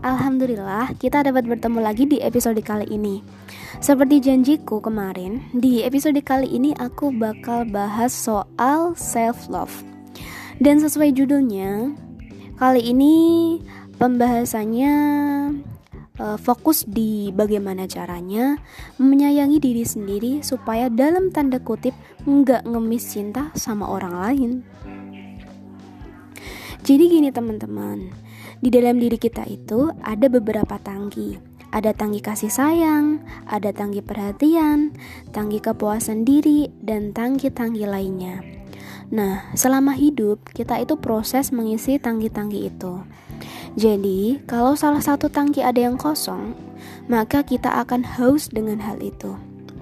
Alhamdulillah, kita dapat bertemu lagi di episode kali ini. Seperti janjiku kemarin, di episode kali ini aku bakal bahas soal self-love. Dan sesuai judulnya, kali ini pembahasannya fokus di bagaimana caranya menyayangi diri sendiri supaya dalam tanda kutip nggak ngemis cinta sama orang lain. Jadi gini teman-teman, di dalam diri kita itu ada beberapa tangki. Ada tangki kasih sayang, ada tangki perhatian, tangki kepuasan diri, dan tangki-tangki lainnya. Nah, selama hidup kita itu proses mengisi tangki-tangki itu. Jadi, kalau salah satu tangki ada yang kosong, maka kita akan haus dengan hal itu.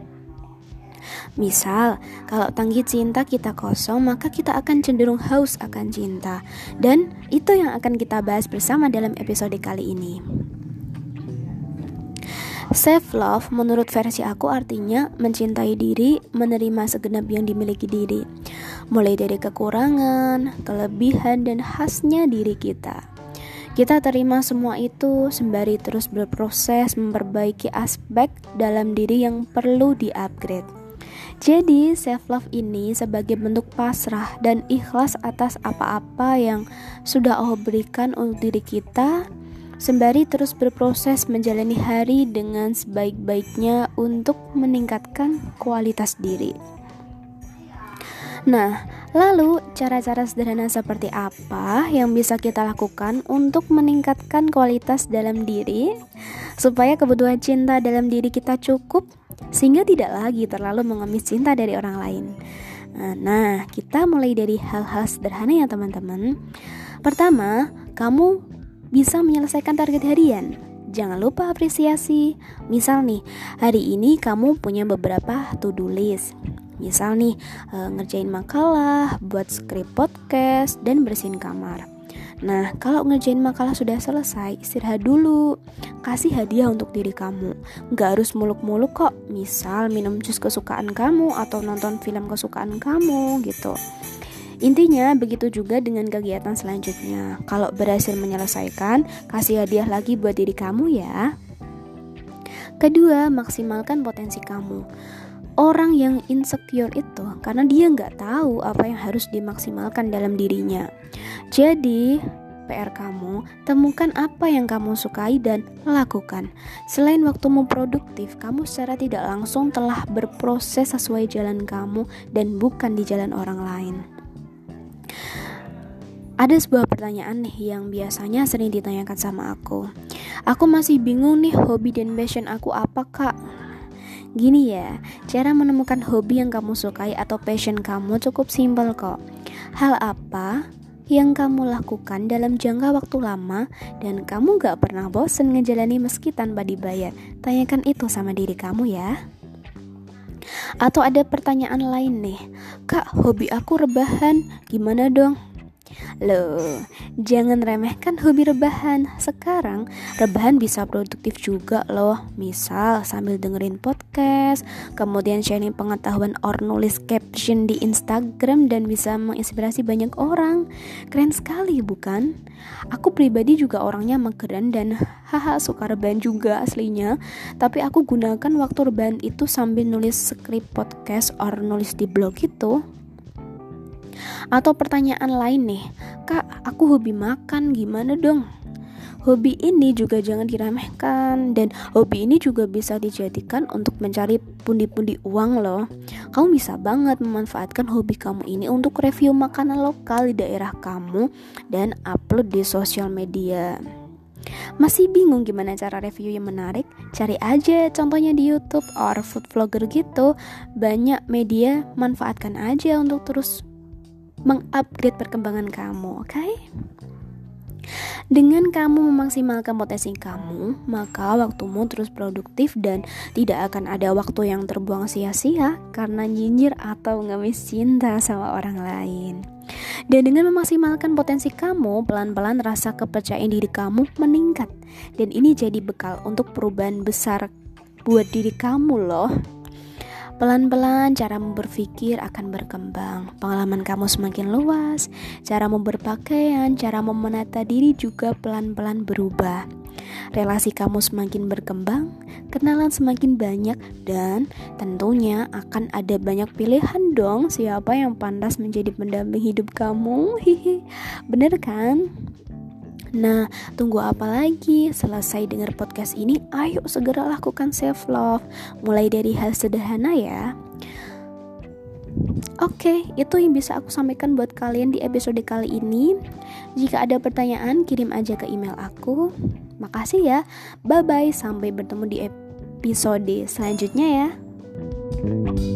Misal, kalau tangki cinta kita kosong, maka kita akan cenderung haus akan cinta. Dan itu yang akan kita bahas bersama dalam episode kali ini. Self-love menurut versi aku artinya mencintai diri, menerima segenap yang dimiliki diri. Mulai dari kekurangan, kelebihan, dan khasnya diri kita. Kita terima semua itu sembari terus berproses memperbaiki aspek dalam diri yang perlu di-upgrade. Jadi, self-love ini sebagai bentuk pasrah dan ikhlas atas apa-apa yang sudah Allah berikan untuk diri kita, sembari terus berproses menjalani hari dengan sebaik-baiknya untuk meningkatkan kualitas diri. Nah, lalu cara-cara sederhana seperti apa yang bisa kita lakukan untuk meningkatkan kualitas dalam diri supaya kebutuhan cinta dalam diri kita cukup sehingga tidak lagi terlalu mengemis cinta dari orang lain. Nah, kita mulai dari hal-hal sederhana ya teman-teman. Pertama, kamu bisa menyelesaikan target harian. Jangan lupa apresiasi. Misal nih, hari ini kamu punya beberapa to-do list. Misal nih, ngerjain makalah, buat skrip podcast, dan bersihin kamar. Nah, kalau ngerjain makalah sudah selesai, istirahat dulu. Kasih hadiah untuk diri kamu. Gak harus muluk-muluk kok. Misal minum jus kesukaan kamu atau nonton film kesukaan kamu gitu. Intinya begitu juga dengan kegiatan selanjutnya. Kalau berhasil menyelesaikan, kasih hadiah lagi buat diri kamu ya. Kedua, maksimalkan potensi kamu. Orang yang insecure itu karena dia nggak tahu apa yang harus dimaksimalkan dalam dirinya. Jadi, PR kamu, temukan apa yang kamu sukai dan lakukan. Selain waktumu produktif, kamu secara tidak langsung telah berproses sesuai jalan kamu dan bukan di jalan orang lain. Ada sebuah pertanyaan nih yang biasanya sering ditanyakan sama aku. Aku masih bingung nih hobi dan passion aku apa kak? Gini ya, cara menemukan hobi yang kamu sukai atau passion kamu cukup simpel kok. Hal apa yang kamu lakukan dalam jangka waktu lama dan kamu gak pernah bosen ngejalani meski tanpa dibayar? Tanyakan itu sama diri kamu ya. Atau ada pertanyaan lain nih, kak hobi aku rebahan, gimana dong? Loh, jangan remehkan hobi rebahan. Sekarang rebahan bisa produktif juga loh. Misal sambil dengerin podcast, kemudian sharing pengetahuan or nulis caption di Instagram dan bisa menginspirasi banyak orang. Keren sekali bukan? Aku pribadi juga orangnya mageran dan suka rebahan juga aslinya. Tapi aku gunakan waktu rebahan itu sambil nulis skrip podcast or nulis di blog itu. Atau pertanyaan lain nih, kak aku hobi makan gimana dong? Hobi ini juga jangan diremehkan dan hobi ini juga bisa dijadikan untuk mencari pundi-pundi uang loh. Kamu bisa banget memanfaatkan hobi kamu ini untuk review makanan lokal di daerah kamu dan upload di sosial media. Masih bingung gimana cara review yang menarik? Cari aja contohnya di YouTube or food vlogger gitu. Banyak media, manfaatkan aja untuk terus mengupgrade perkembangan kamu, oke? Dengan kamu memaksimalkan potensi kamu, maka waktumu terus produktif dan tidak akan ada waktu yang terbuang sia-sia karena nyinyir atau ngemis cinta sama orang lain. Dan dengan memaksimalkan potensi kamu, pelan-pelan rasa kepercayaan diri kamu meningkat. Dan ini jadi bekal untuk perubahan besar buat diri kamu loh. Pelan-pelan caramu berpikir akan berkembang, pengalaman kamu semakin luas, caramu berpakaian, caramu menata diri juga pelan-pelan berubah. Relasi kamu semakin berkembang, kenalan semakin banyak, dan tentunya akan ada banyak pilihan dong siapa yang pantas menjadi pendamping hidup kamu. Hihi, bener kan? Nah, tunggu apa lagi? Selesai dengar podcast ini, ayo segera lakukan self love. Mulai dari hal sederhana ya. Oke, itu yang bisa aku sampaikan buat kalian di episode kali ini. Jika ada pertanyaan, kirim aja ke email aku. Makasih ya. Bye-bye, sampai bertemu di episode selanjutnya ya.